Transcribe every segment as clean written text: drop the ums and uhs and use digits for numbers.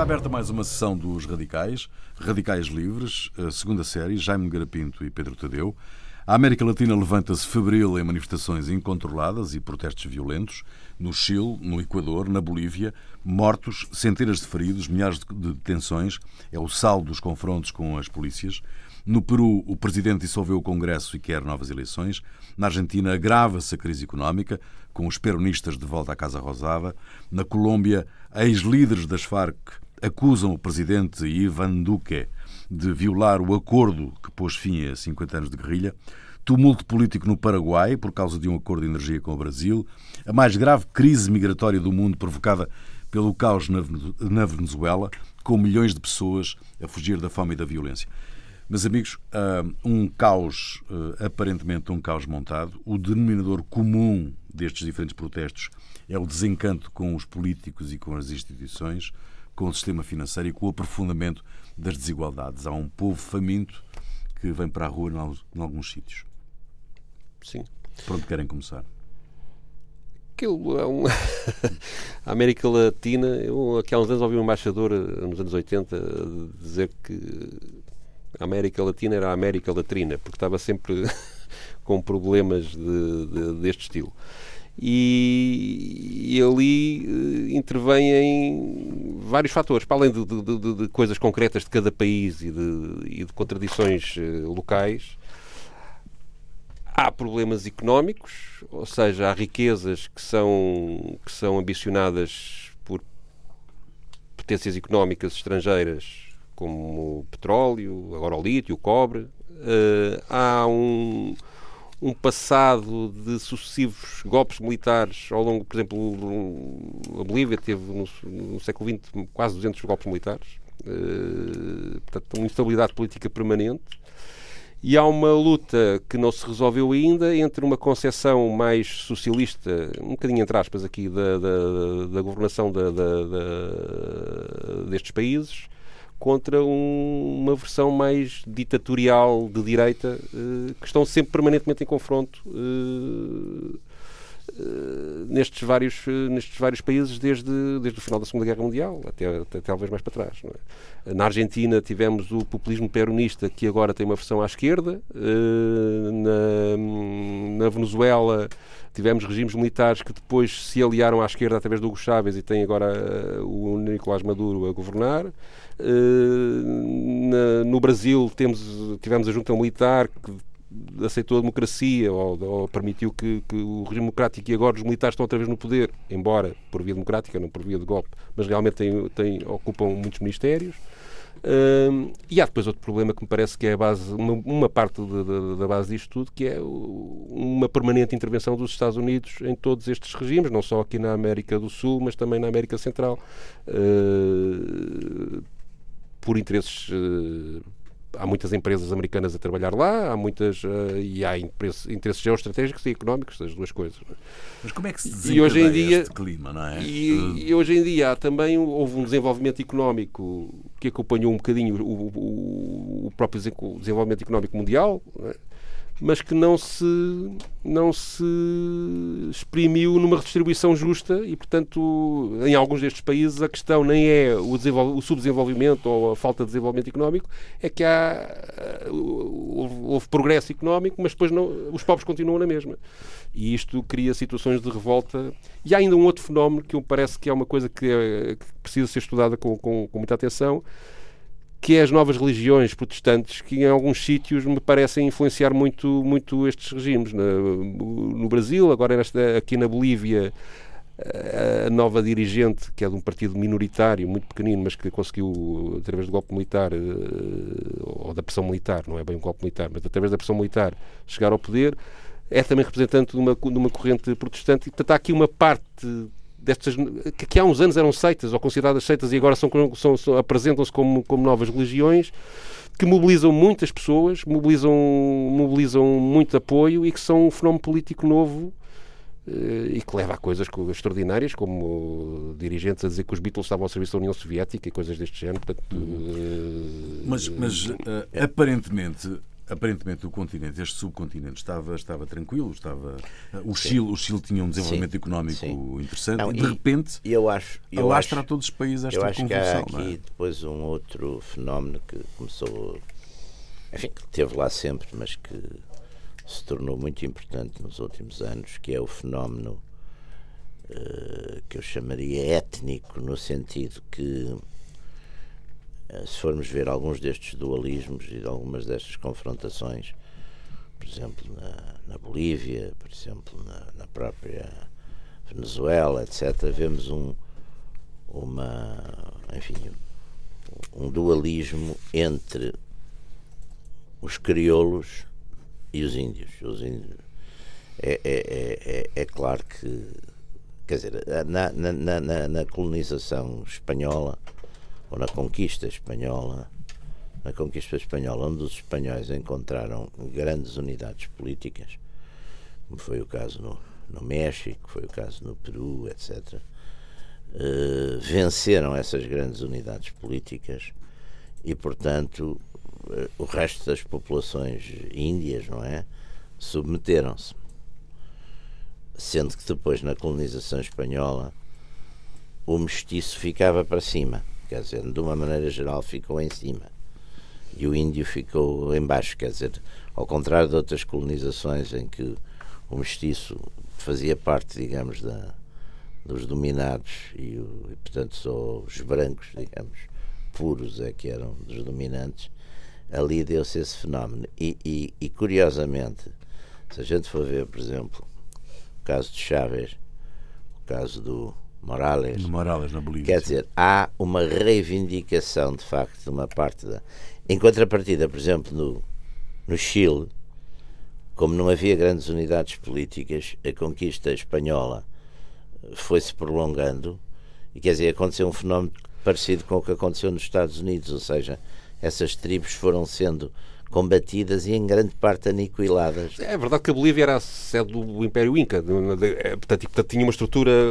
aberta mais uma sessão dos Radicais, Radicais Livres, a segunda série, Jaime Garapinto e Pedro Tadeu. A América Latina levanta-se febril em manifestações incontroladas e protestos violentos. No Chile, no Equador, na Bolívia, mortos, centenas de feridos, milhares de detenções. É o saldo dos confrontos com as polícias. No Peru, o presidente dissolveu o Congresso e quer novas eleições. Na Argentina, agrava-se a crise económica, com os peronistas de volta à Casa Rosada. Na Colômbia, ex-líderes das Farc acusam o presidente Iván Duque de violar o acordo que pôs fim a 50 anos de guerrilha. Tumulto político no Paraguai por causa de um acordo de energia com o Brasil. A mais grave crise migratória do mundo provocada pelo caos na Venezuela, com milhões de pessoas a fugir da fome e da violência. Meus amigos, um caos, aparentemente um caos montado. O denominador comum destes diferentes protestos é o desencanto com os políticos e com as instituições, com o sistema financeiro e com o aprofundamento das desigualdades. Há um povo faminto que vem para a rua em alguns sítios. Sim. Por onde querem começar? Aquilo é a América Latina... Eu, aqui há uns anos, ouvi um embaixador, nos anos 80, dizer que a América Latina era a América Latrina, porque estava sempre com problemas deste estilo. E ali intervêm vários fatores, para além de coisas concretas de cada país e de contradições locais. Há problemas económicos, ou seja, há riquezas que são ambicionadas por potências económicas estrangeiras, como o petróleo, agora o lítio, o cobre. Há um passado de sucessivos golpes militares ao longo, por exemplo, a Bolívia teve no século XX quase 200 golpes militares, portanto, uma instabilidade política permanente. E há uma luta que não se resolveu ainda entre uma concepção mais socialista, um bocadinho entre aspas aqui, da governação destes países, contra uma versão mais ditatorial de direita, que estão sempre permanentemente em confronto nestes vários países desde o final da Segunda Guerra Mundial até talvez mais para trás, não é? Na Argentina tivemos o populismo peronista, que agora tem uma versão à esquerda. Na Venezuela tivemos regimes militares que depois se aliaram à esquerda através do Hugo Chávez e tem agora o Nicolás Maduro a governar. No Brasil tivemos a junta militar que aceitou a democracia ou permitiu que o regime democrático, e agora os militares estão outra vez no poder, embora por via democrática, não por via de golpe, mas realmente ocupam muitos ministérios. E há depois outro problema que me parece que é a base, uma parte da base disto tudo, que é uma permanente intervenção dos Estados Unidos em todos estes regimes, não só aqui na América do Sul, mas também na América Central, por interesses. Há muitas empresas americanas a trabalhar lá, e há interesses geoestratégicos e económicos, das duas coisas. Mas como é que se desencadeia este clima, não é? E hoje em dia houve um desenvolvimento económico que acompanhou um bocadinho o próprio desenvolvimento económico mundial, não é? Mas que não se exprimiu numa redistribuição justa e, portanto, em alguns destes países a questão nem é o subdesenvolvimento ou a falta de desenvolvimento económico, é que houve progresso económico, mas depois os pobres continuam na mesma. E isto cria situações de revolta. E há ainda um outro fenómeno que me parece que é uma coisa que precisa ser estudada com muita atenção, que é as novas religiões protestantes, que em alguns sítios me parecem influenciar muito, muito estes regimes. No Brasil, agora aqui na Bolívia, a nova dirigente, que é de um partido minoritário, muito pequenino, mas que conseguiu, através do golpe militar, ou da pressão militar, não é bem um golpe militar, mas através da pressão militar, chegar ao poder, é também representante de uma corrente protestante. E, portanto, há aqui uma parte destas, que há uns anos eram seitas ou consideradas seitas e agora apresentam-se como novas religiões, que mobilizam muitas pessoas, mobilizam muito apoio e que são um fenómeno político novo e que leva a coisas extraordinárias, como dirigentes a dizer que os Beatles estavam ao serviço da União Soviética e coisas deste género. Portanto, mas aparentemente aparentemente o continente, este subcontinente, estava tranquilo, o Chile tinha um desenvolvimento económico interessante, e de repente alastra a todos os países esta convulsão. Eu acho que há aqui depois um outro fenómeno que começou, enfim, que esteve lá sempre, mas que se tornou muito importante nos últimos anos, que é o fenómeno que eu chamaria étnico, no sentido que, se formos ver alguns destes dualismos e algumas destas confrontações, por exemplo na Bolívia, por exemplo na própria Venezuela, etc., vemos um dualismo entre os crioulos e os índios. É claro que, quer dizer, na colonização espanhola, ou na conquista espanhola, onde os espanhóis encontraram grandes unidades políticas, como foi o caso no México, foi o caso no Peru, etc., venceram essas grandes unidades políticas e, portanto, o resto das populações índias, não é, submeteram-se. Sendo que depois, na colonização espanhola, o mestiço ficava para cima. Quer dizer, de uma maneira geral ficou em cima e o índio ficou em baixo. Quer dizer, ao contrário de outras colonizações em que o mestiço fazia parte, digamos, dos dominados e portanto só os brancos, digamos, puros é que eram dos dominantes, ali deu-se esse fenómeno. E curiosamente, se a gente for ver, por exemplo, o caso de Chávez, o caso do Morales na Bolívia, quer dizer, há uma reivindicação de facto de uma parte em contrapartida, por exemplo, no Chile, como não havia grandes unidades políticas, a conquista espanhola foi-se prolongando e, quer dizer, aconteceu um fenómeno parecido com o que aconteceu nos Estados Unidos, ou seja, essas tribos foram sendo combatidas e em grande parte aniquiladas. É verdade que a Bolívia era a sede do Império Inca, portanto tinha uma estrutura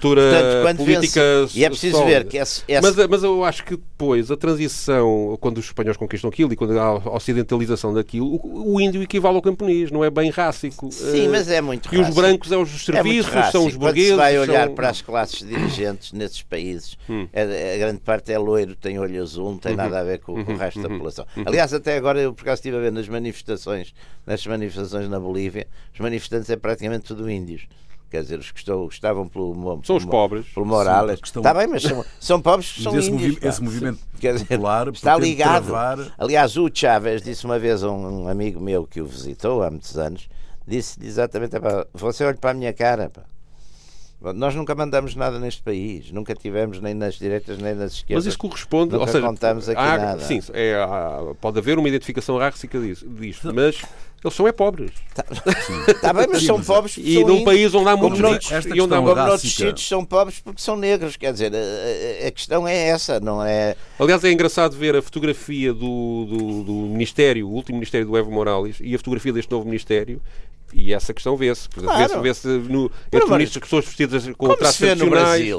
política e é preciso sólida. ver que mas eu acho que depois a transição, quando os espanhóis conquistam aquilo e quando há a ocidentalização daquilo, o índio equivale ao camponês, não é bem rássico. Sim, mas é muito rássico. E os brancos são os serviços, são os burgueses. Quando se vai olhar para as classes dirigentes nesses países, a grande parte é loiro, tem olho azul, não tem nada a ver com o resto da população. Aliás, até agora eu por acaso estive a ver nestas manifestações na Bolívia, os manifestantes é praticamente tudo índios. Quer dizer, os que estavam são os pobres. Pelo Morales. Está bem, mas são pobres que são índios. Esse movimento popular está ligado. Aliás, o Chávez disse uma vez a um amigo meu que o visitou há muitos anos, disse exatamente: você olha para a minha cara, pá. Nós nunca mandamos nada neste país, nunca tivemos nem nas direitas nem nas esquerdas. Mas isso corresponde, nunca ou seja, contamos aqui nada. Sim, pode haver uma identificação rássica disto, mas eles são pobres. Está bem, mas são pobres porque e são num país onde há muitos ricos e onde há noutros sítios são pobres porque são negros. Quer dizer, a questão é essa, não é? Aliás, é engraçado ver a fotografia do Ministério, o último Ministério do Evo Morales, e a fotografia deste novo Ministério. E essa questão vê-se. Claro. Vê-se entre ministros, pessoas vestidas com traços tradicionais,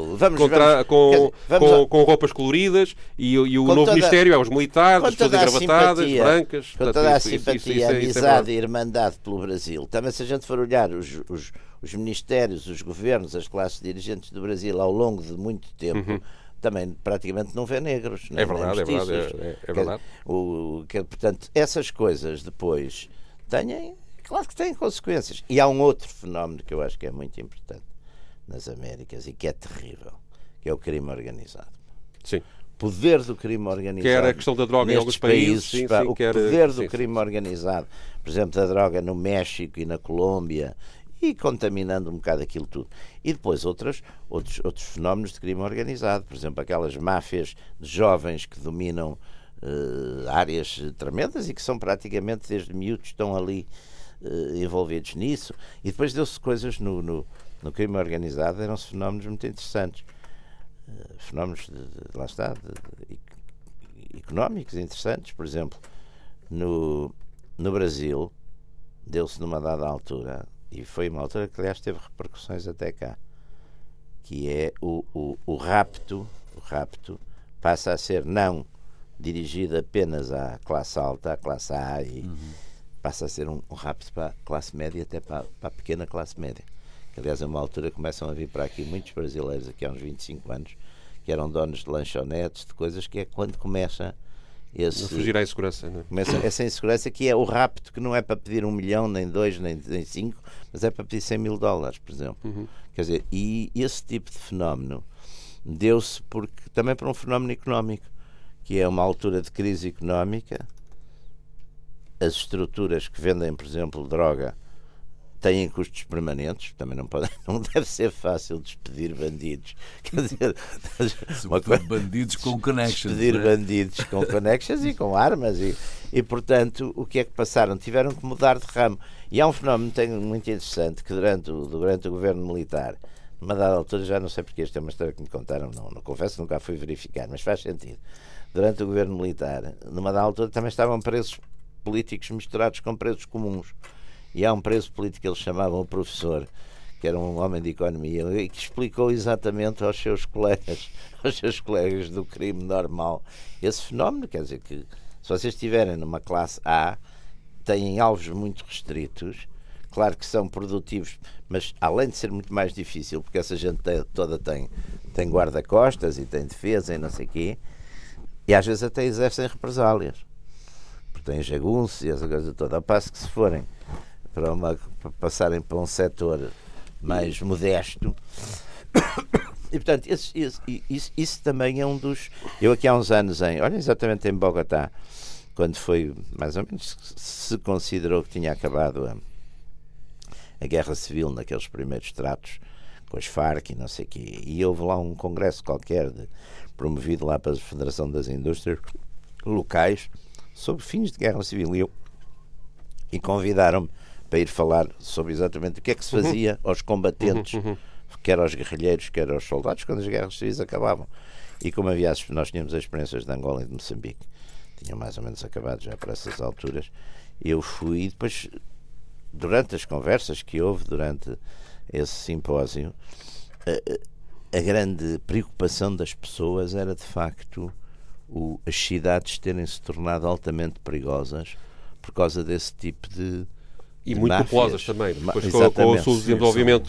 com roupas coloridas, e o novo Ministério é os militares, as pessoas engravatadas, brancas. Com toda a simpatia, amizade e irmandade pelo Brasil. Também, se a gente for olhar os ministérios, os governos, as classes dirigentes do Brasil ao longo de muito tempo, também praticamente não vê negros. É verdade, é verdade. Portanto, essas coisas depois têm... Claro que têm consequências. E há um outro fenómeno que eu acho que é muito importante nas Américas e que é terrível, que é o crime organizado. Sim. O poder do crime organizado. Que era a questão da droga em alguns países. O poder do crime organizado, por exemplo, da droga no México e na Colômbia, e contaminando um bocado aquilo tudo. E depois outros fenómenos de crime organizado, por exemplo, aquelas máfias de jovens que dominam áreas tremendas e que são praticamente desde miúdos estão ali envolvidos nisso. E depois deu-se coisas no crime organizado, eram-se fenómenos muito interessantes, fenómenos lá está, económicos interessantes. Por exemplo, no Brasil deu-se numa dada altura, e foi uma altura que aliás teve repercussões até cá, que é o rapto passa a ser não dirigido apenas à classe alta, à classe A passa a ser um rapto para a classe média, até para a pequena classe média. Que, aliás, a uma altura começam a vir para aqui muitos brasileiros, aqui há uns 25 anos, que eram donos de lanchonetes, de coisas, que é quando começa esse... A fugir à insegurança, não é? Começa essa insegurança, que é o rapto, que não é para pedir 1 milhão, nem 2, nem 5, mas é para pedir $100.000, por exemplo. Quer dizer, e esse tipo de fenómeno deu-se também por um fenómeno económico, que é uma altura de crise económica. As estruturas que vendem, por exemplo, droga, têm custos permanentes, também não deve ser fácil despedir bandidos. Quer dizer, bandidos com connections. Despedir bandidos com connections e com armas. E, portanto, o que é que passaram? Tiveram que mudar de ramo. E há um fenómeno muito interessante, que durante o governo militar, numa dada altura, já não sei porque, esta é uma história que me contaram, não confesso que nunca fui verificar, mas faz sentido. Durante o governo militar, numa dada altura, também estavam presos políticos misturados com presos comuns. E há um preso político que eles chamavam o professor, que era um homem de economia, e que explicou exatamente aos seus colegas do crime normal esse fenómeno. Quer dizer que, se vocês estiverem numa classe A, têm alvos muito restritos, claro que são produtivos, mas além de ser muito mais difícil, porque essa gente toda tem guarda-costas e tem defesa e não sei o quê, e às vezes até exercem represálias, porque têm jagunços e essa coisa toda. Ao passo que, se forem para passarem para um setor mais modesto, e portanto isso também é um dos... Eu aqui há uns anos, exatamente em Bogotá, quando foi mais ou menos, se considerou que tinha acabado a guerra civil, naqueles primeiros tratos com as Farc e não sei o quê, e houve lá um congresso qualquer promovido lá pela Federação das Indústrias locais sobre fins de guerra civil, e convidaram-me para ir falar sobre exatamente o que é que se fazia aos combatentes, quer aos guerrilheiros, quer aos soldados, quando as guerras civis acabavam. E como nós tínhamos as experiências de Angola e de Moçambique, tinham mais ou menos acabado já para essas alturas, eu fui, e depois, durante as conversas que houve durante esse simpósio, a grande preocupação das pessoas era, de facto, as cidades terem-se tornado altamente perigosas por causa desse tipo de muito máfias. Populosas também, depois com o seu desenvolvimento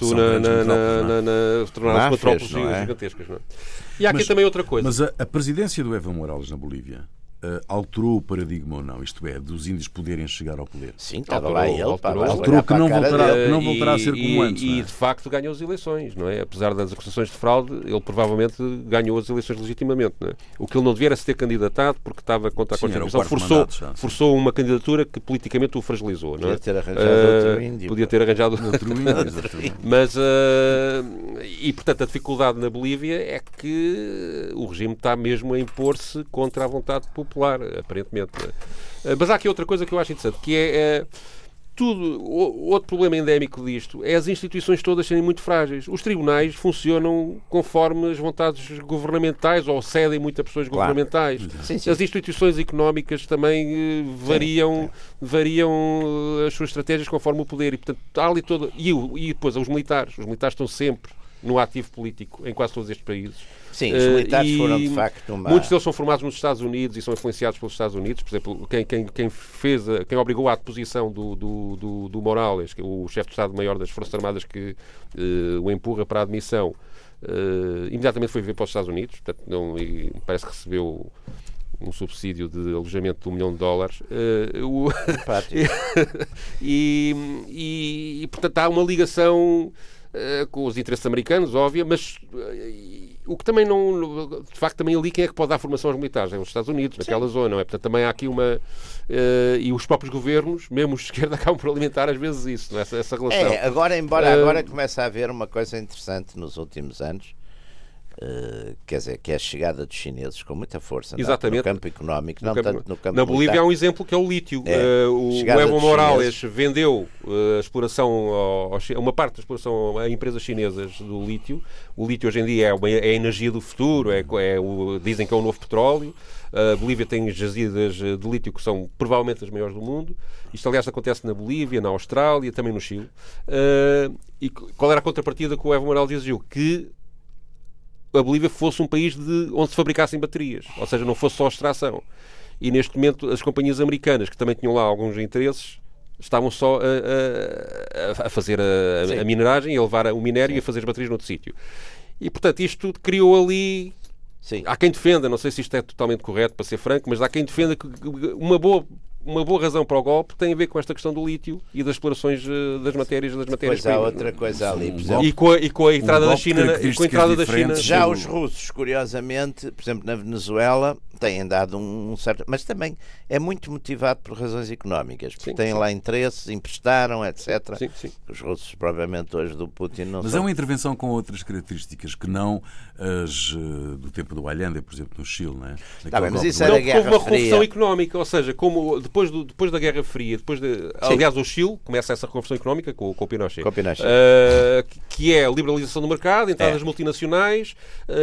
tornaram-se metrópoles gigantescas. Não é? E há aqui também outra coisa. Mas a presidência do Evo Morales na Bolívia alterou o paradigma ou não? Isto é, dos índios poderem chegar ao poder? Sim, estava lá ele. Alterou que não voltará a ser como antes. E de facto ganhou as eleições, não é? Apesar das acusações de fraude, ele provavelmente ganhou as eleições legitimamente. Não é? O que ele não devia era se ter candidatado, porque estava contra a Constituição. Forçou uma candidatura que politicamente o fragilizou. Não é? Podia ter arranjado outro índio. Podia ter arranjado outro índio. Mas, e portanto, a dificuldade na Bolívia é que o regime está mesmo a impor-se contra a vontade popular, aparentemente. Mas há aqui outra coisa que eu acho interessante, que é outro problema endémico disto, é as instituições todas serem muito frágeis. Os tribunais funcionam conforme as vontades governamentais, ou cedem muito a pessoas governamentais. Sim. As instituições económicas também variam as suas estratégias conforme o poder. E, portanto, há ali todo... E depois os militares. Os militares estão sempre no ativo político em quase todos estes países. Sim, os militares foram de facto muitos deles são formados nos Estados Unidos e são influenciados pelos Estados Unidos. Por exemplo, quem obrigou à deposição do Morales, que é o chefe de Estado-Maior das Forças Armadas, que o empurra para a admissão, imediatamente foi viver para os Estados Unidos. Portanto, parece que recebeu um subsídio de alojamento de $1 milhão. E portanto há uma ligação com os interesses americanos, óbvio, mas o que também não... De facto, também ali quem é que pode dar formação aos militares? É os Estados Unidos, naquela zona, não é? Portanto, também há aqui uma... e os próprios governos, mesmo os de esquerda, acabam por alimentar às vezes isso, não é? Essa relação. Agora começa a haver uma coisa interessante nos últimos anos, quer dizer, que é a chegada dos chineses com muita força no campo económico, não tanto no campo Na Bolívia militar. há um exemplo que é o lítio. O Evo Morales vendeu a exploração, uma parte da exploração a empresas chinesas do lítio. O lítio hoje em dia é a energia do futuro, dizem que é o novo petróleo. A Bolívia tem jazidas de lítio que são provavelmente as maiores do mundo. Isto, aliás, acontece na Bolívia, na Austrália, também no Chile. E qual era a contrapartida que o Evo Morales exigiu? Que a Bolívia fosse um país onde se fabricassem baterias, ou seja, não fosse só extração. E neste momento as companhias americanas, que também tinham lá alguns interesses, estavam só a fazer a mineragem, a levar o minério e a fazer as baterias noutro sítio. E, portanto, isto criou ali... Sim. Há quem defenda, não sei se isto é totalmente correto, para ser franco, mas há quem defenda que uma boa razão para o golpe tem a ver com esta questão do lítio e das explorações das matérias Pois há outra coisa ali, por exemplo. E com a entrada da China. Com a entrada da China. Já os russos, curiosamente, por exemplo, na Venezuela, têm dado um certo... Mas também é muito motivado por razões económicas, porque têm lá interesses, emprestaram, etc. Sim. Os russos, provavelmente, hoje do Putin não Mas são... é uma intervenção com outras características que não as do tempo do Allende, por exemplo, no Chile, não é? Mas isso Não, era Guerra houve uma Fria. reconversão económica, ou seja, como depois da Guerra Fria, aliás, o Chile começa essa reconversão económica com o Pinochet. Que é a liberalização do mercado, entrada das multinacionais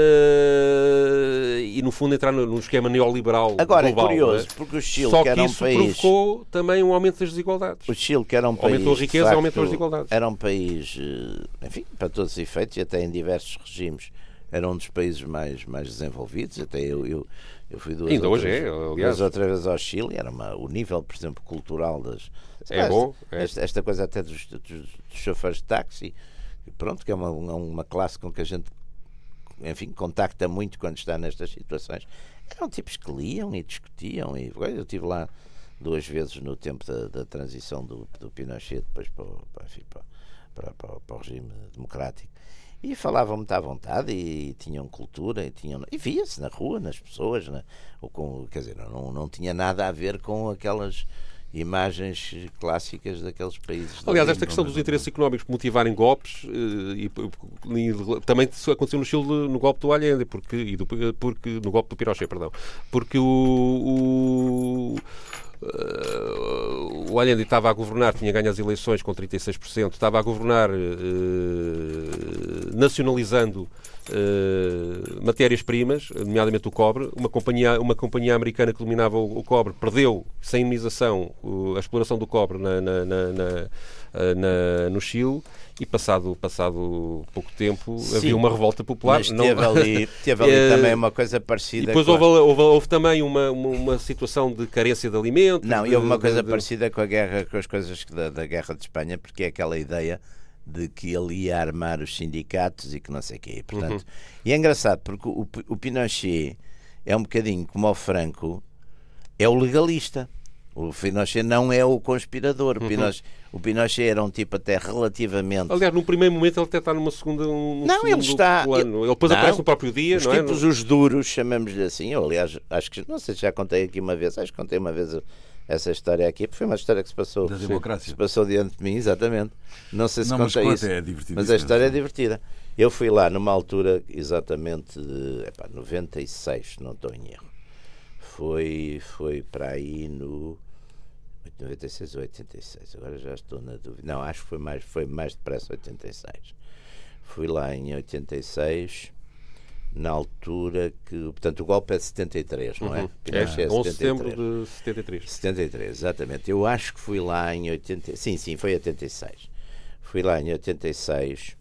e, no fundo, entrar no esquema neoliberal Agora, global. é curioso, porque o Chile, Só que era um isso país... provocou também um aumento das desigualdades. O Chile, que era um país... Aumentou a riqueza, de facto, aumentou as desigualdades. Era um país, enfim, para todos os efeitos, e até em diversos regimes, era um dos países mais desenvolvidos. Até eu fui duas outras vezes ao Chile. Era o nível, por exemplo, cultural das... bom. Esta coisa até dos chofers de táxi, pronto, que é uma classe com que a gente, enfim, contacta muito quando está nestas situações. Eram tipos que liam e discutiam. Eu estive lá 2 vezes no tempo da transição do Pinochet, depois para o regime democrático. E falavam muito à vontade e tinham cultura e via-se na rua, nas pessoas, quer dizer, não tinha nada a ver com aquelas imagens clássicas daqueles países. Aliás, esta questão dos interesses económicos motivarem golpes também aconteceu no Chile no golpe do Allende, porque no golpe do Pinochet, perdão, porque o Allende estava a governar, tinha ganho as eleições com 36%, estava a governar nacionalizando matérias-primas, nomeadamente o cobre. Uma companhia americana que dominava o cobre perdeu, sem indenização, a exploração do cobre no Chile. E passado pouco tempo havia uma revolta popular. Mas teve ali também uma coisa parecida. E depois houve também uma situação de carência de alimentos. E houve uma coisa parecida com as coisas da Guerra de Espanha, porque é aquela ideia de que ele ia armar os sindicatos e que não sei o quê. Portanto, e é engraçado, porque o Pinochet é um bocadinho como o Franco, é o legalista. O Pinochet não é o conspirador. O Pinochet era um tipo até relativamente... Aliás, num primeiro momento ele até está numa segunda ele está... plano. Ele depois aparece no próprio dia, não é? Os duros, chamamos-lhe assim. Eu, aliás, acho que... Não sei se já contei aqui uma vez. Acho que contei uma vez essa história aqui. Foi uma história que se passou... Da democracia. Se passou diante de mim, exatamente. Não sei se contei isso. Mas a história é divertida. Eu fui lá numa altura exatamente de 96, se não estou em erro. Foi para aí no... 96 ou 86, agora já estou na dúvida. Não, acho que foi mais depressa 86. Fui lá em 86, na altura que... Portanto, o golpe é de 73, não é? Pinochet é 11 de setembro de 73. 73, exatamente. Eu acho que fui lá em 86. Sim, foi 86. Fui lá em 86,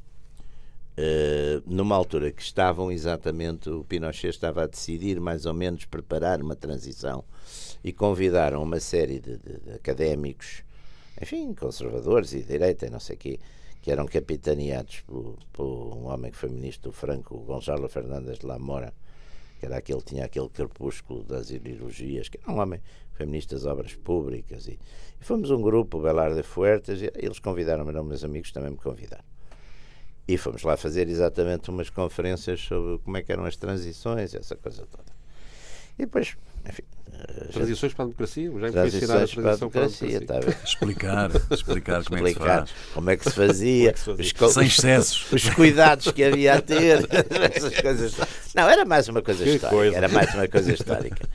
numa altura que estavam exatamente... O Pinochet estava a decidir, mais ou menos, preparar uma transição. E convidaram uma série de académicos, enfim, conservadores e de direita e não sei o quê, que eram capitaneados por um homem que foi ministro do Franco, o Gonçalo Fernández de la Mora, que era tinha aquele crepúsculo das ideologias, que era um homem, foi ministro das Obras Públicas. E fomos um grupo, o Belar de Fuertes, e eles convidaram-me, meus amigos também me convidaram. E fomos lá fazer exatamente umas conferências sobre como é que eram as transições, essa coisa toda. E depois, enfim... Transições para a democracia? Já foi ensinada a transição para a democracia. Explicar como é que se faz. Como é que se fazia. Sem excessos. Os cuidados que havia a ter. Essas coisas. Não, era mais uma coisa histórica. Era mais uma coisa histórica.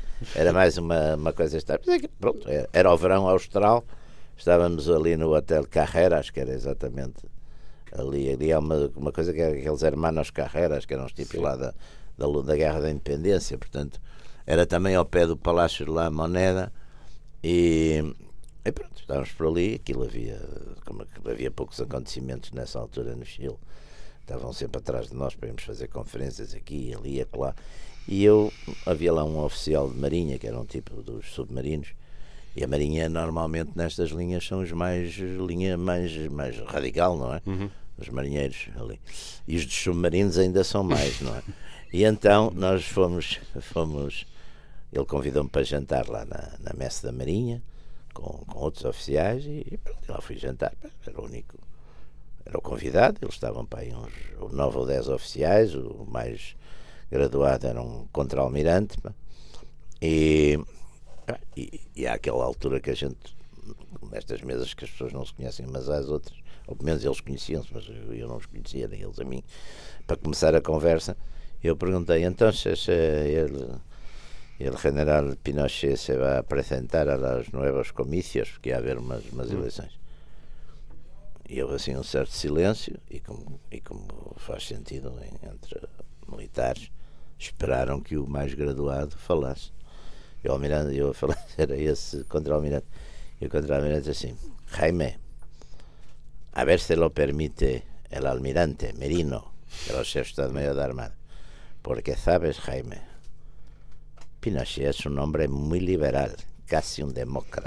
Mas, pronto, era o verão austral. Estávamos ali no Hotel Carrera, acho que era exatamente ali há uma coisa que era aqueles hermanos Carreras, que eram os tipos lá da Guerra da Independência, portanto era também ao pé do Palácio de la Moneda e pronto, estávamos por ali. Aquilo havia poucos acontecimentos nessa altura no Chile, estavam sempre atrás de nós para irmos fazer conferências aqui, ali e acolá, e havia lá um oficial de marinha que era um tipo dos submarinos E a Marinha, normalmente, nestas linhas, são os mais radical, não é? Os marinheiros ali. E os dos submarinos ainda são mais, não é? E então, nós fomos ele convidou-me para jantar lá na messe da Marinha, com outros oficiais, e pronto, lá fui jantar. Era o convidado, eles estavam para aí uns 9 ou 10 oficiais, o mais graduado era um contra-almirante, e àquela altura que a gente, nestas mesas que as pessoas não se conhecem umas às outras, ou pelo menos eles conheciam-se, mas eu não os conhecia, nem eles a mim, para começar a conversa, eu perguntei, então se el general Pinochet se vai apresentar a los novos comicios, porque ia haver umas eleições. E houve assim um certo silêncio, e como faz sentido entre militares, esperaram que o mais graduado falasse. E o almirante, eu falei, era esse contra-almirante, e o contra-almirante assim, Jaime, a ver se lo permite el almirante Merino, que era o chefe de Estado-Maior da Armada, porque sabes, Jaime, Pinochet es un hombre muy liberal, casi un demócrata.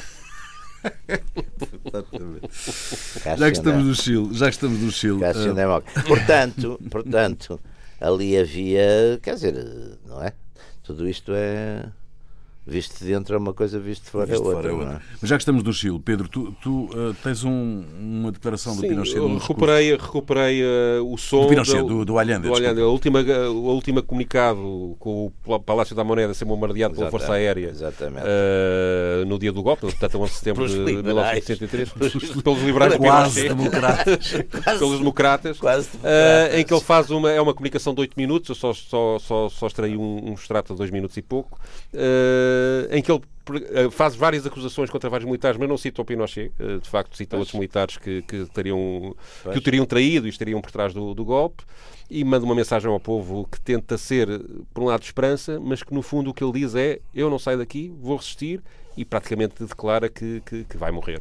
Já que estamos no Chile. Casi um demócrata. Portanto, ali havia, quer dizer, não é? Tudo isto é visto de dentro é uma coisa, visto de fora é outra. Não é? Mas já que estamos no Chile, Pedro, tu tens uma declaração do Pinochet. Eu recuperei o som do Pinochet, do Allende. A última comunicado com o Palácio da Moneda ser bombardeado pela Força Aérea no dia do golpe, portanto, 11 de setembro de 1963, pelos liberais quase democratas. Pelos democratas, em que ele faz uma comunicação de 8 minutos, eu só extraí um extrato de 2 minutos e pouco, em que ele faz várias acusações contra vários militares, mas não cita o Pinochet, de facto cita outros militares que o teriam traído e estariam por trás do golpe, e manda uma mensagem ao povo que tenta ser, por um lado, de esperança, mas que no fundo o que ele diz é: eu não saio daqui, vou resistir, e praticamente declara que vai morrer.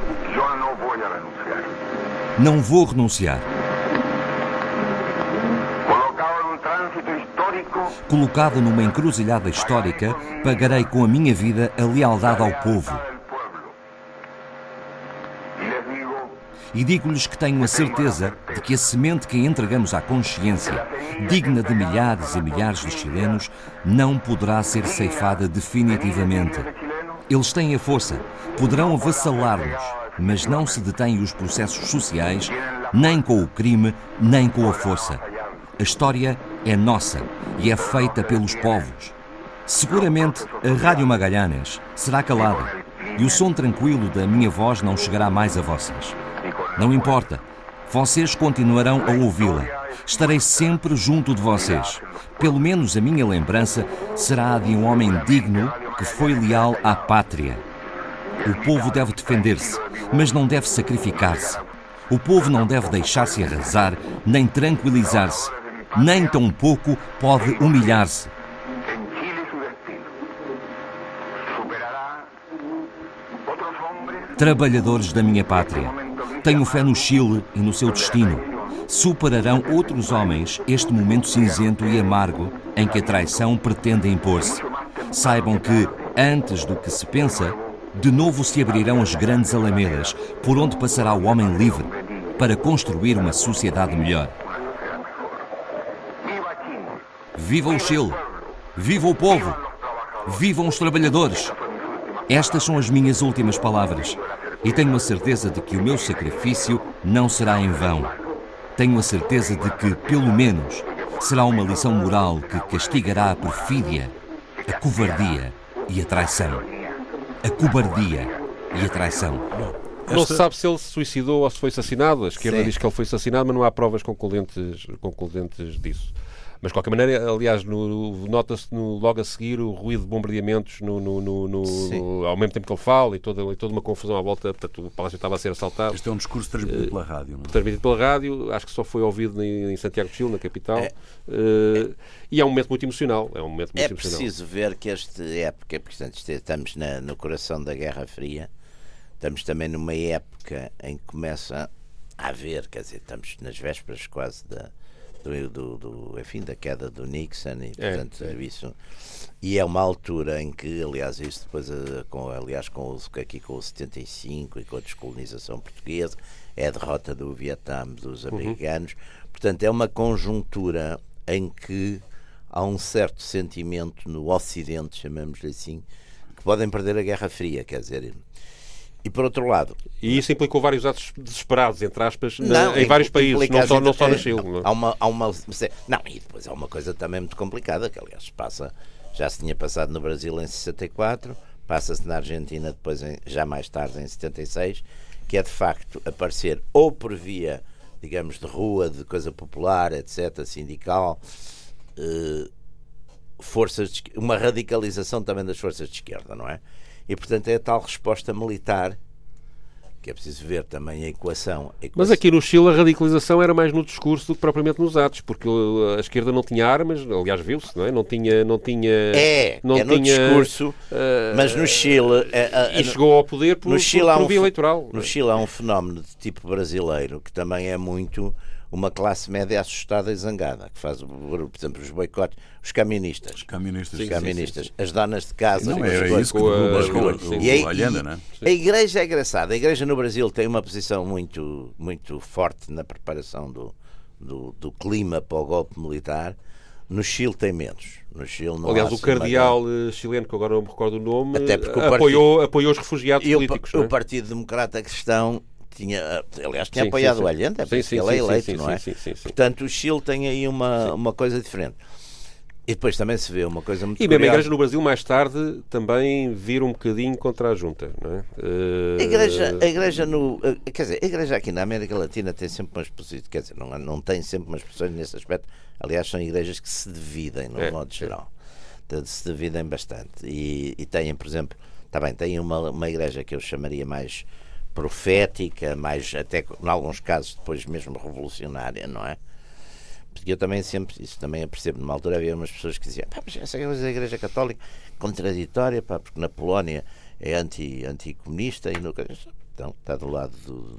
Não vou renunciar. Colocado numa encruzilhada histórica, pagarei com a minha vida a lealdade ao povo. E digo-lhes que tenho a certeza de que a semente que entregamos à consciência, digna de milhares e milhares de chilenos, não poderá ser ceifada definitivamente. Eles têm a força, poderão avassalar-nos, mas não se detêm os processos sociais, nem com o crime, nem com a força. A história é nossa e é feita pelos povos. Seguramente a Rádio Magalhães será calada e o som tranquilo da minha voz não chegará mais a vocês. Não importa, vocês continuarão a ouvi-la. Estarei sempre junto de vocês. Pelo menos a minha lembrança será a de um homem digno que foi leal à pátria. O povo deve defender-se, mas não deve sacrificar-se. O povo não deve deixar-se arrasar, nem tranquilizar-se. Nem tão pouco pode humilhar-se. Trabalhadores da minha pátria, tenho fé no Chile e no seu destino. Superarão outros homens este momento cinzento e amargo em que a traição pretende impor-se. Saibam que, antes do que se pensa, de novo se abrirão as grandes alamedas por onde passará o homem livre para construir uma sociedade melhor. Viva o Chile! Viva o povo! Vivam os trabalhadores! Estas são as minhas últimas palavras e tenho a certeza de que o meu sacrifício não será em vão. Tenho a certeza de que, pelo menos, será uma lição moral que castigará a perfídia, a covardia e a traição. A cobardia e a traição. Não se sabe se ele se suicidou ou se foi assassinado. A esquerda diz que ele foi assassinado, mas não há provas concludentes disso. Mas, de qualquer maneira, aliás, nota-se logo a seguir o ruído de bombardeamentos ao mesmo tempo que ele fala e toda uma confusão à volta. Portanto, o palácio estava a ser assaltado. Este é um discurso transmitido pela rádio, não é? Transmitido pela rádio, acho que só foi ouvido em Santiago de Chile, na capital. E é um momento muito emocional. É preciso ver que esta época, portanto, estamos no coração da Guerra Fria, estamos também numa época em que começa a haver, quer dizer, estamos nas vésperas quase enfim, da queda do Nixon e, portanto, isso. E é uma altura em que, aliás, isso depois, com o 75 e com a descolonização portuguesa, é a derrota do Vietnã dos americanos. Portanto, é uma conjuntura em que há um certo sentimento no Ocidente, chamamos-lhe assim, que podem perder a Guerra Fria, quer dizer. E por outro lado... E isso implicou vários atos desesperados, entre aspas, em vários países, não só no Chile. E depois há uma coisa também muito complicada, que aliás já se tinha passado no Brasil em 64, passa-se na Argentina depois, já mais tarde, em 76, que é de facto aparecer ou por via, digamos, de rua, de coisa popular, etc., sindical, uma radicalização também das forças de esquerda, não é? E, portanto, é a tal resposta militar que é preciso ver também a equação. Mas aqui no Chile a radicalização era mais no discurso do que propriamente nos atos, porque a esquerda não tinha armas, aliás viu-se, não é? Não tinha no discurso, mas no Chile... e chegou ao poder por via eleitoral. No Chile há um fenómeno de tipo brasileiro, que também é muito uma classe média assustada e zangada, que faz, por exemplo, os boicotes, os caministas. Sim. As donas de casa. Não, era isso que o Allende, não é? A Igreja é engraçada. A Igreja no Brasil tem uma posição muito, muito forte na preparação do clima para o golpe militar. No Chile tem menos. No Chile não. Aliás, o cardeal chileno, que agora não me recordo o nome, apoiou os refugiados políticos. O Partido Democrata Cristão tinha apoiado o Allende, porque ele é eleito, não é? Portanto, o Chile tem aí uma coisa diferente. E depois também se vê uma coisa muito curiosa. E mesmo a Igreja no Brasil, mais tarde, também vira um bocadinho contra a Junta, não é? A Igreja aqui na América Latina tem sempre umas posições, quer dizer, não tem sempre umas posições nesse aspecto. Aliás, são igrejas que se dividem, no modo geral. Portanto, se dividem bastante. E têm, por exemplo, têm uma igreja que eu chamaria mais profética, mais até, em alguns casos, depois mesmo revolucionária, não é? Porque eu também isso também percebo. Numa altura havia umas pessoas que diziam: mas essa coisa da Igreja Católica contraditória, porque na Polónia é anticomunista e então está do lado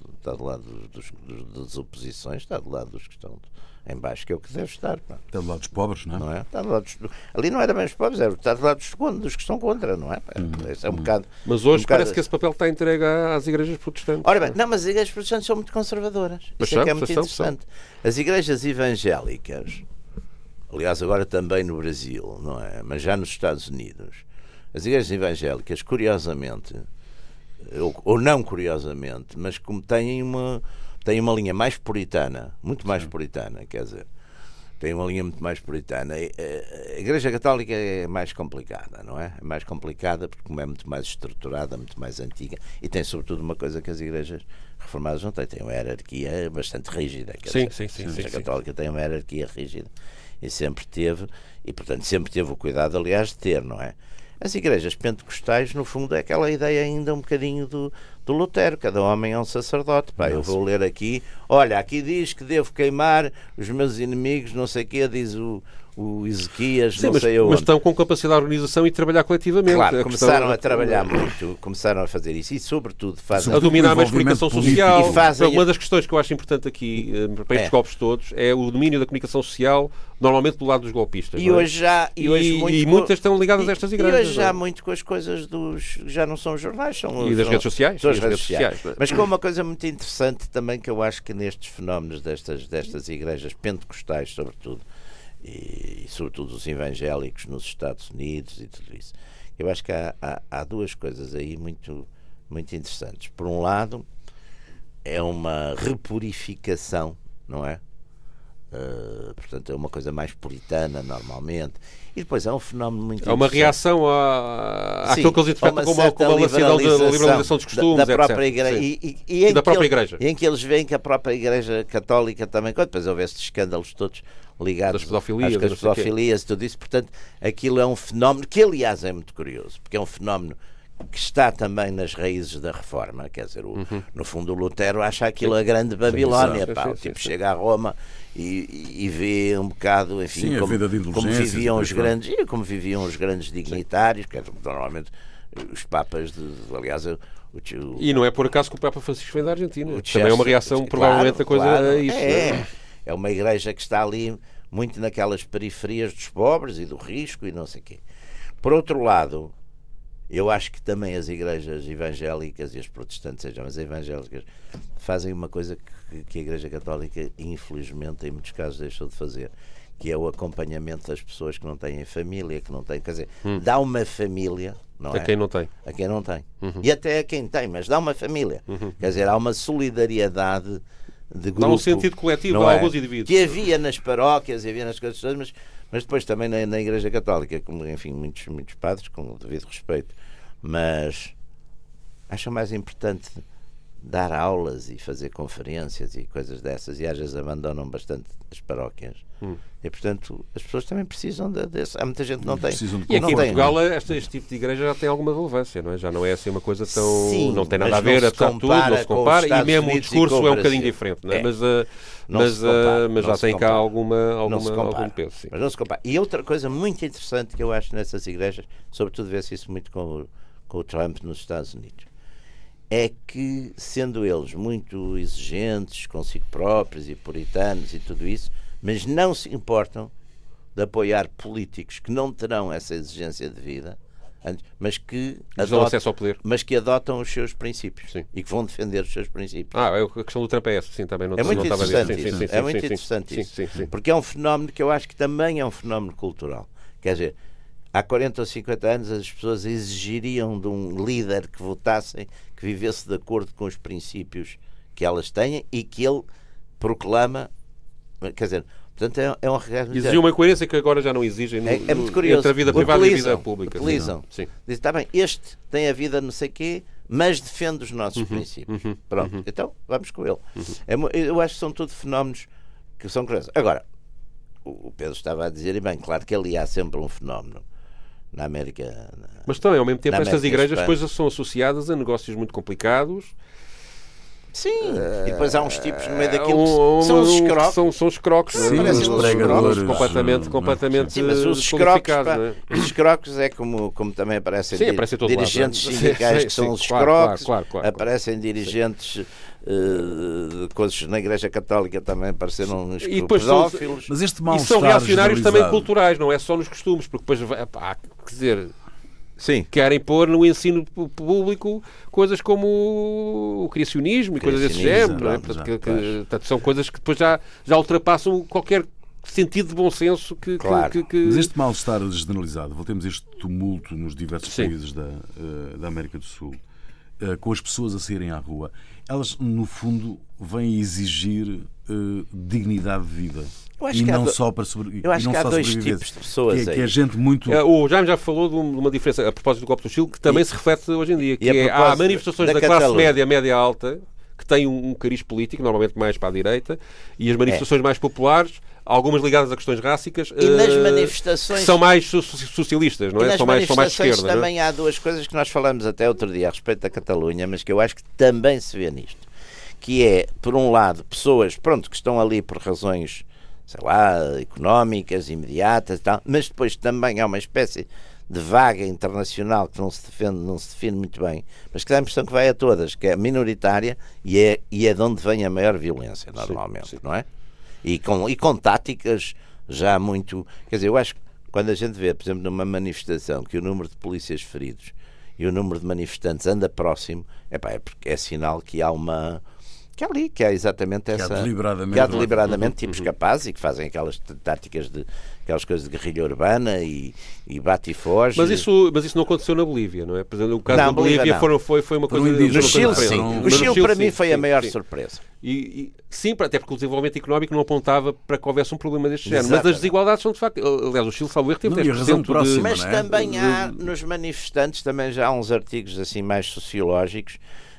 das oposições, está do lado dos que estão em baixo, que é o que deve estar. Está do lado dos pobres, não é? Está do lado ali não era bem os pobres, está do lado dos que estão contra, não é? É um bocado. Mas hoje parece que esse papel está entregue às igrejas protestantes. Ora bem, não, mas as igrejas protestantes são muito conservadoras. Isso é que é muito interessante. As igrejas evangélicas, aliás, agora também no Brasil, não é? Mas já nos Estados Unidos, as igrejas evangélicas, curiosamente, ou não curiosamente, mas como têm uma linha mais puritana, muito mais puritana, quer dizer, tem uma linha muito mais puritana. A Igreja Católica é mais complicada, não é? É mais complicada porque como é muito mais estruturada, muito mais antiga, e tem sobretudo uma coisa que as igrejas reformadas não têm, tem uma hierarquia bastante rígida. A Igreja Católica tem uma hierarquia rígida e sempre teve, e portanto sempre teve o cuidado, aliás, de ter, não é? As igrejas pentecostais, no fundo, é aquela ideia ainda um bocadinho do Lutero, cada homem é um sacerdote. Eu vou ler aqui, olha, aqui diz que devo queimar os meus inimigos, não sei o quê, diz o Ezequias, não sei onde. Mas estão com capacidade de organização e de trabalhar coletivamente. Claro, começaram a trabalhar muito, começaram a fazer isso e, sobretudo, a dominar a comunicação social. Uma das questões que eu acho importante aqui, para estes golpes todos, é o domínio da comunicação social, normalmente do lado dos golpistas. E muitas estão ligadas a estas igrejas. E hoje já muito com as coisas já não são os jornais, são das redes sociais. São as redes sociais. Mas com uma coisa muito interessante também, que eu acho que nestes fenómenos destas igrejas pentecostais, sobretudo, e sobretudo os evangélicos nos Estados Unidos e tudo isso, eu acho que há duas coisas aí muito, muito interessantes. Por um lado, é uma repurificação, não é? Portanto, é uma coisa mais puritana normalmente, e depois é um fenómeno muito interessante. É uma reação àquilo que eles interpretam como a liberalização dos costumes, da própria igreja, e da própria igreja, em que eles veem que a própria Igreja Católica também, depois houve estes escândalos todos ligados às pedofilias e tudo isso. Portanto, aquilo é um fenómeno que, aliás, é muito curioso, porque é um fenómeno que está também nas raízes da reforma, quer dizer, no fundo o Lutero acha aquilo a grande Babilónia, chega a Roma e vê um bocado, enfim, como viviam os grandes dignitários, que normalmente os papas, aliás, e não é por acaso que o Papa Francisco vem da Argentina, também é uma reação provavelmente a coisa a isso. é uma igreja que está ali muito naquelas periferias dos pobres e do risco e não sei o quê. Por outro lado, eu acho que também as igrejas evangélicas e as protestantes, sejam as evangélicas, fazem uma coisa que a Igreja Católica, infelizmente, em muitos casos deixou de fazer, que é o acompanhamento das pessoas que não têm família, que não têm, quer dizer, dá uma família, não a é? quem não tem. A quem não tem. E até a quem tem, mas dá uma família. Quer dizer, há uma solidariedade de grupo. Dá um sentido coletivo não a é? alguns indivíduos. Que havia nas paróquias, havia nas coisas todas, mas depois também na Igreja Católica, como, enfim, muitos padres, com o devido respeito, mas acham mais importante dar aulas e fazer conferências e coisas dessas, e às vezes abandonam bastante as paróquias. E, portanto, as pessoas também precisam desse. Há muita gente que não tem. E aqui em Portugal este tipo de igreja já tem alguma relevância, não é? Já não é assim uma coisa tão... Sim, não tem nada a mas ver, não se apesar de tudo, não se compara compara, com os e mesmo o Estados discurso Unidos e com é o um bocadinho Brasil. diferente, não é? É. Mas Não já se tem cá compara. algum compara. peso, sim. Mas não se compara. E outra coisa muito interessante que eu acho nessas igrejas, sobretudo vê-se isso muito com o Trump nos Estados Unidos, é que, sendo eles muito exigentes consigo próprios e puritanos e tudo isso, mas não se importam de apoiar políticos que não terão essa exigência de vida, mas que Dão acesso ao poder. mas que adotam os seus princípios. Sim. E que vão defender os seus princípios. A questão do Trump é essa, sim, também não É muito não estava a ver. interessante Sim, isso. sim, É muito sim, interessante sim, isso. sim, sim. Porque é um fenómeno que eu acho que também é um fenómeno cultural. Quer dizer, há 40 ou 50 anos as pessoas exigiriam de um líder que votasse, que vivesse de acordo com os princípios que elas têm e que ele proclama. Quer dizer, portanto, é um regresso. Exigiam uma coerência que agora já não exigem É muito curioso. entre a vida privada e a vida pública. Utilizam. Sim. Diz, está bem, este tem a vida não sei quê, mas defende os nossos princípios. Pronto, então vamos com ele. Eu acho que são tudo fenómenos que são curiosos. Agora, o Pedro estava a dizer, e bem, claro que ali há sempre um fenómeno na América. Mas também, ao mesmo tempo, na estas América igrejas Hispânica. depois são associadas a negócios muito complicados. Sim, e depois há uns tipos no meio daquilo que são os escrocos. São os crocos, Sim, não é? parecem os uns pregadores. completamente Sim, mas os desqualificados, não é? escrocos, os escrocos é como também aparecem Sim, aparece em todo dirigentes lado, não é? sindicais Sim, que são sim, os claro, escrocos, claro. aparecem dirigentes de coisas na Igreja Católica também apareceram uns E depois são- pedófilos. Mas este E mal-estar são reacionários também generalizado- culturais, não é só nos costumes, porque depois, quer dizer, Sim. querem pôr no ensino público coisas como o criacionismo e coisas desse Criacionismo, género, não é? exato, Portanto, são coisas que depois já ultrapassam qualquer sentido de bom senso que... Claro. Mas este mal-estar generalizado, voltemos a este tumulto nos diversos Sim. países da América do Sul, com as pessoas a saírem à rua, elas, no fundo, vêm exigir dignidade de vida. Eu acho E que há não do- só para sobreviver. Eu acho que há dois tipos de pessoas que aí. é gente muito... O Jaime já falou de uma diferença a propósito do Copo do Chile que também se reflete hoje em dia, que e a é, há propósito manifestações da da classe Catalunha. média alta que têm um cariz político, normalmente mais para a direita, e as manifestações mais populares, algumas ligadas a questões rássicas, E nas manifestações... que são mais socialistas, não E é? nas São mais de manifestações esquerda, não é? também há duas coisas que nós falamos até outro dia a respeito da Catalunha, mas que eu acho que também se vê nisto. Que é, por um lado, pessoas, pronto, que estão ali por razões, sei lá, económicas, imediatas e tal, mas depois também há uma espécie de vaga internacional que não se define muito bem, mas que dá a impressão que vai a todas, que é minoritária e é de onde vem a maior violência, normalmente, sim. não é? E com táticas já muito... Quer dizer, eu acho que quando a gente vê, por exemplo, numa manifestação que o número de polícias feridos e o número de manifestantes anda próximo, é porque é sinal que há uma... Que há exatamente essa... deliberadamente, que há não é? deliberadamente tipos capazes e que fazem aquelas táticas de... aquelas coisas de guerrilha urbana e bate e foge. Mas isso não aconteceu na Bolívia, não é? Por exemplo, o caso Não, da Bolívia Bolívia não. foi uma coisa... indígenas. No foi Chile, uma coisa sim. diferente. O Mas Chile, para mim, foi a maior sim. surpresa. Sim, até porque o desenvolvimento económico não apontava para que houvesse um problema deste género. Mas Exatamente. as desigualdades são de facto... Aliás, o Chile, salvo erro, teve Não, e a 10% razão próxima, Mas não é? também há, nos manifestantes, também já há uns artigos assim mais sociológicos.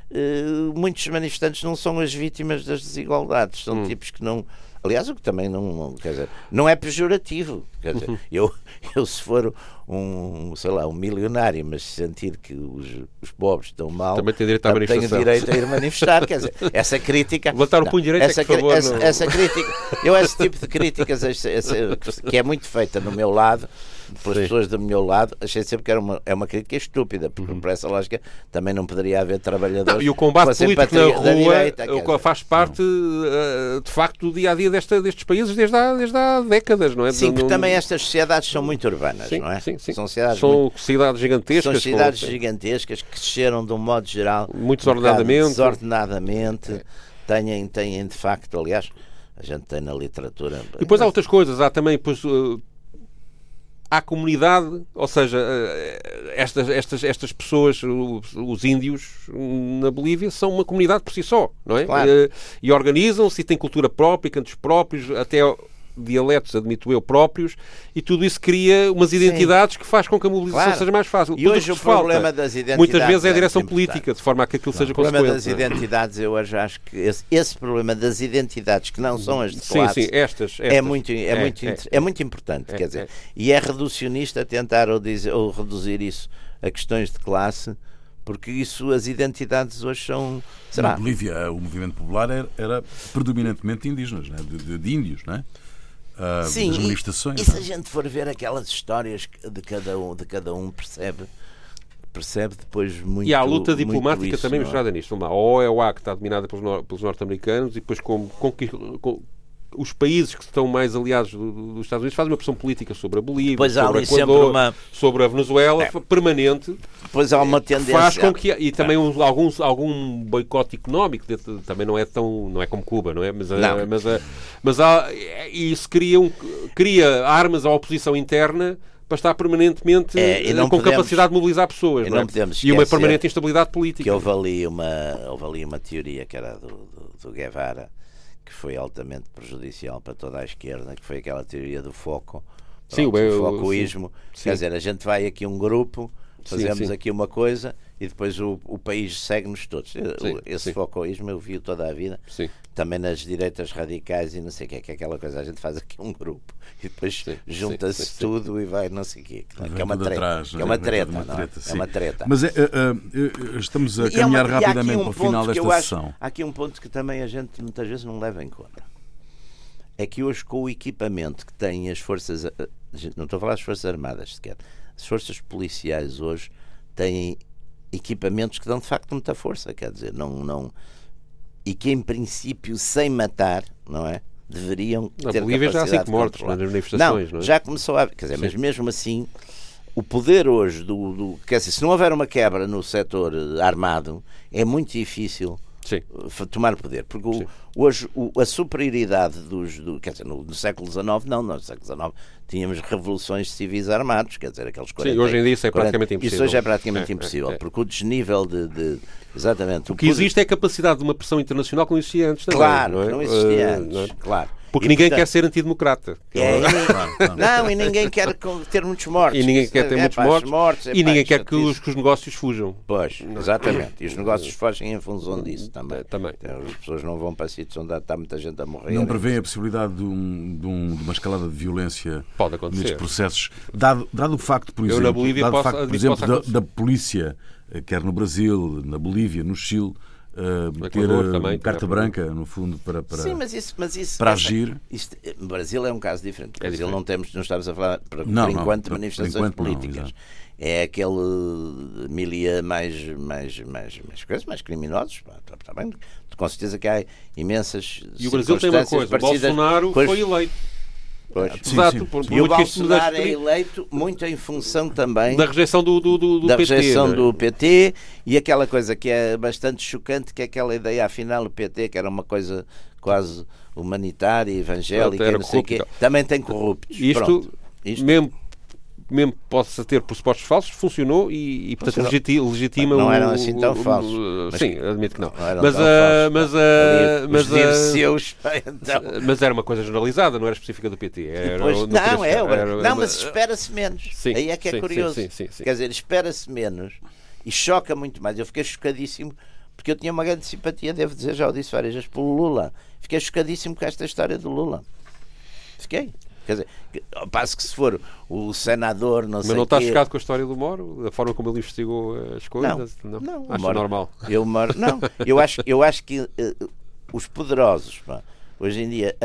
Muitos manifestantes não são as vítimas das desigualdades, são tipos que não... Aliás, o que também quer dizer, não é pejorativo. Quer dizer, eu se for um milionário, mas sentir que os pobres estão mal, Também tem direito à tenho manifestação. direito a ir manifestar. Quer dizer, essa crítica... Levantar o punho direito, essa, por favor. essa crítica... Esse tipo de críticas que é muito feita no meu lado, pelas pessoas do meu lado, achei sempre que é uma crítica estúpida, porque por essa lógica também não poderia haver trabalhadores... E o combate com a político na simpatia da rua direita, quer dizer. faz parte, de facto, do dia-a-dia destes países desde há décadas, não é? Sim, porque também estas sociedades são muito urbanas, sim, não é? Sim. São cidades gigantescas. São cidades gigantescas que cresceram de um modo geral muito desordenadamente. Têm de facto, aliás, a gente tem na literatura. E depois há outras coisas, há também há comunidade, ou seja, estas pessoas, os índios na Bolívia, são uma comunidade por si só, não é? Claro. E organizam-se e têm cultura própria, cantos próprios, até dialetos, admito eu, próprios, e tudo isso cria umas identidades que faz com que a mobilização seja mais fácil. E hoje o problema das identidades muitas vezes é a direção política, de forma a que aquilo seja consequente. O problema das identidades, eu hoje acho que esse problema das identidades que não são as de classe é muito importante, quer dizer, e é reducionista tentar ou reduzir isso a questões de classe, porque as identidades hoje são... Na Bolívia, o movimento popular era predominantemente indígenas, né? de índios, não é? Sim, das manifestações. E se a gente for ver aquelas histórias de cada um percebe depois muito. E há a luta diplomática isso, também misturada nisto. A OEA, que está dominada pelos norte-americanos, e depois com os países que estão mais aliados dos Estados Unidos fazem uma pressão política sobre a Bolívia, sobre o Equador, sobre a Venezuela, permanente. Pois há uma tendência. Faz com que, e também algum boicote económico, também não é como Cuba, não é? Mas isso cria armas à oposição interna para estar permanentemente com capacidade de mobilizar pessoas. Não e uma permanente instabilidade política. Que houve ali uma teoria que era do Guevara, que foi altamente prejudicial para toda a esquerda, que foi aquela teoria do foco, o focoísmo. Quer dizer, a gente vai aqui um grupo, fazemos aqui uma coisa e depois o país segue-nos todos. Esse focoísmo eu vi toda a vida, também nas direitas radicais e não sei o que é aquela coisa. A gente faz aqui um grupo e depois junta-se tudo e vai não sei o quê. Que é uma treta. É uma treta. Mas estamos a caminhar rapidamente para o final desta sessão. Há aqui um ponto que também a gente muitas vezes não leva em conta. É que hoje, com o equipamento que têm as forças... Não estou a falar das forças armadas sequer. As forças policiais hoje têm equipamentos que dão de facto muita força, quer dizer, e que em princípio, sem matar, não é? Deveriam ter capacidade. Na Bolívia já há 5 mortos nas manifestações, não é? Já começou a... Quer dizer, mas mesmo assim, o poder hoje quer dizer, se não houver uma quebra no setor armado, é muito difícil tomar poder, porque hoje a superioridade quer dizer, no século XIX no século XIX tínhamos revoluções civis armados, quer dizer, aqueles 40... Sim, hoje em dia isso é praticamente impossível. Isso hoje é praticamente impossível, porque o desnível exatamente... O que existe é a capacidade de uma pressão internacional que não existia antes também. Claro, não existia antes, claro. Porque ninguém quer ser antidemocrata. Não, e ninguém quer ter muitos mortos. E ninguém quer ter muitos mortos. E ninguém quer que os negócios fujam. Pois, exatamente. E os negócios fogem em função disso também. Então, as pessoas não vão para sítios onde está muita gente a morrer. Não prevê a possibilidade de uma escalada de violência nestes processos? Dado o facto, por exemplo, da polícia, quer no Brasil, na Bolívia, no Chile, ter carta branca, no fundo, para agir. No Brasil é um caso diferente. No Brasil não estamos a falar, por enquanto, de manifestações políticas. É aquele milia mais criminosos. Está bem? Com certeza que há imensas. E o Brasil tem uma coisa: Bolsonaro foi eleito. E o Bolsonaro é eleito muito em função também da rejeição do PT, rejeição do PT, e aquela coisa que é bastante chocante, que é aquela ideia, afinal, o PT, que era uma coisa quase humanitária, evangélica, não sei o quê, também tem corruptos. Isto mesmo possa ter pressupostos falsos, funcionou e portanto, legitima não eram assim tão falsos. Sim, admito que não. Mas era uma coisa generalizada, não era específica do PT. Mas espera-se menos. Aí é que é curioso. Quer dizer, espera-se menos e choca muito mais. Eu fiquei chocadíssimo, porque eu tinha uma grande simpatia, devo dizer, já o disse várias vezes, pelo Lula. Fiquei chocadíssimo com esta história do Lula. Fiquei. Quer dizer, ao passo que se for o senador, não sei o quê... Mas não estás chocado com a história do Moro? Da forma como ele investigou as coisas? Não. Acho normal. Eu acho que os poderosos, hoje em dia,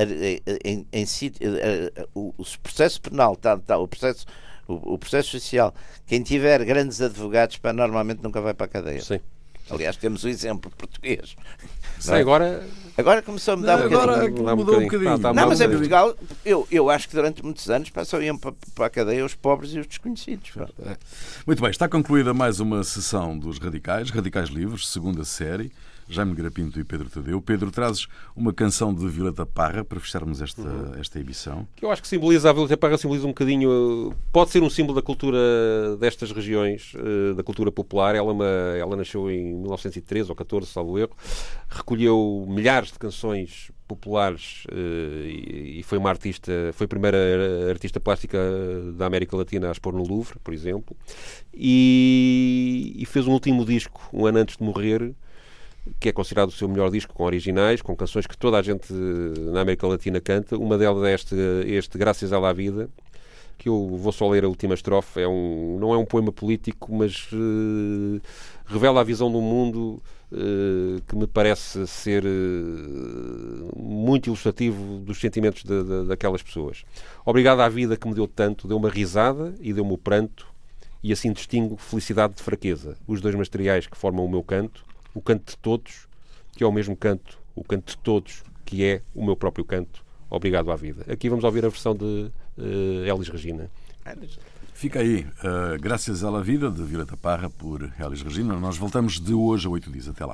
o processo penal, o processo social, quem tiver grandes advogados, normalmente nunca vai para a cadeia. Sim. Aliás, temos o exemplo português. Agora... Agora começou a mudar um bocadinho. Agora mudou um bocadinho. Não, mas em Portugal, eu acho que durante muitos anos iam para a cadeia os pobres e os desconhecidos. Muito bem, está concluída mais uma sessão dos Radicais Livres, segunda série. Jaime Garapinto e Pedro Tadeu. Pedro, trazes uma canção de Violeta Parra para fecharmos esta emissão. Que eu acho que simboliza, a Violeta Parra simboliza um bocadinho, pode ser um símbolo da cultura destas regiões, da cultura popular. Ela nasceu em 1913 ou 14, salvo erro, recolheu milhares de canções populares e foi uma artista, foi a primeira artista plástica da América Latina a expor no Louvre, por exemplo, e fez um último disco, um ano antes de morrer, que é considerado o seu melhor disco, com originais, com canções que toda a gente na América Latina canta. Uma delas é este Graças a la Vida, que eu vou só ler a última estrofe. Não é um poema político, mas revela a visão do mundo que me parece ser muito ilustrativo dos sentimentos daquelas pessoas. Obrigado à vida que me deu tanto, deu-me a risada e deu-me o pranto, e assim distingo felicidade de fraqueza, os dois materiais que formam o meu canto, o canto de todos, que é o mesmo canto, o canto de todos, que é o meu próprio canto. Obrigado à vida. Aqui vamos ouvir a versão de Elis Regina. Fica aí, Graças à la Vida, de Violeta Parra, por Elis Regina. Nós voltamos de hoje a 8 dias. Até lá.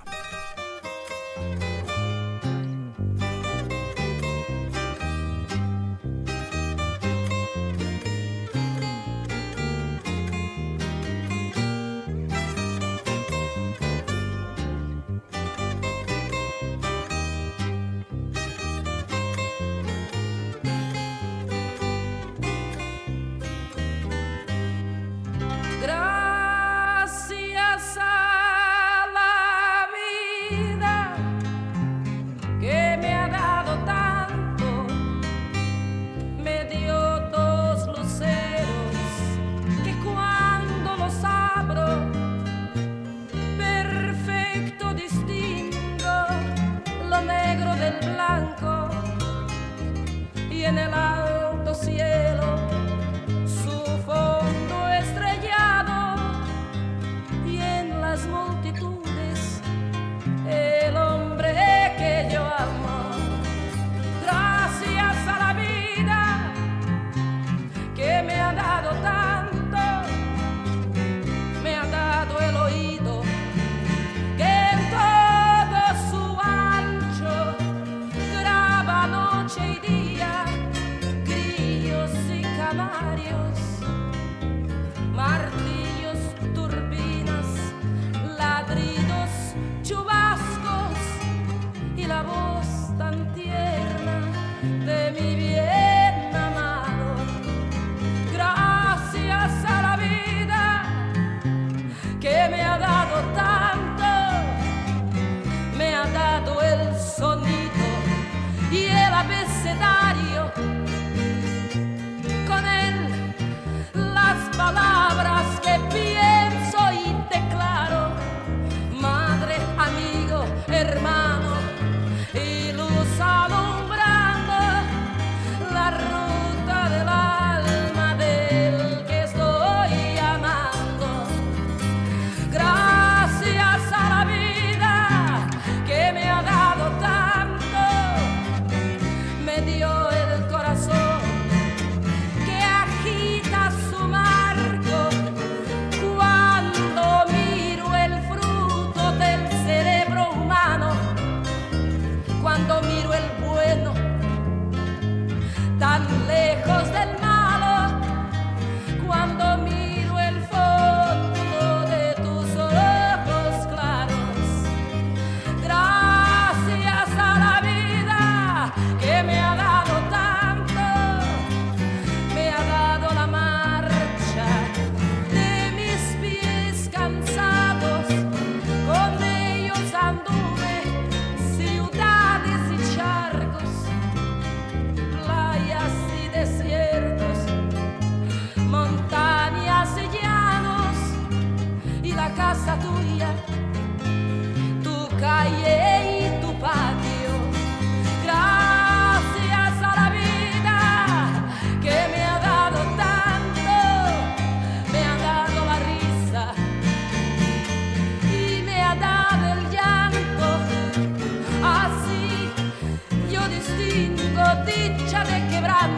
En el alto cielo, su fondo estrellado, y en las multitudes, el hombre que yo amo. Gracias a la vida que me ha dado tanto, me ha dado el oído que en todo su ancho graba noche y día, canarios, martillos, turbinas, ladridos, chubascos y la voz tan tierna de mi bien amado. Gracias a la vida que me ha dado tanto, me ha dado el sonido y el abecedario, palabras que pienso y declaro, madre, amigo, hermano, ansia de quebranto.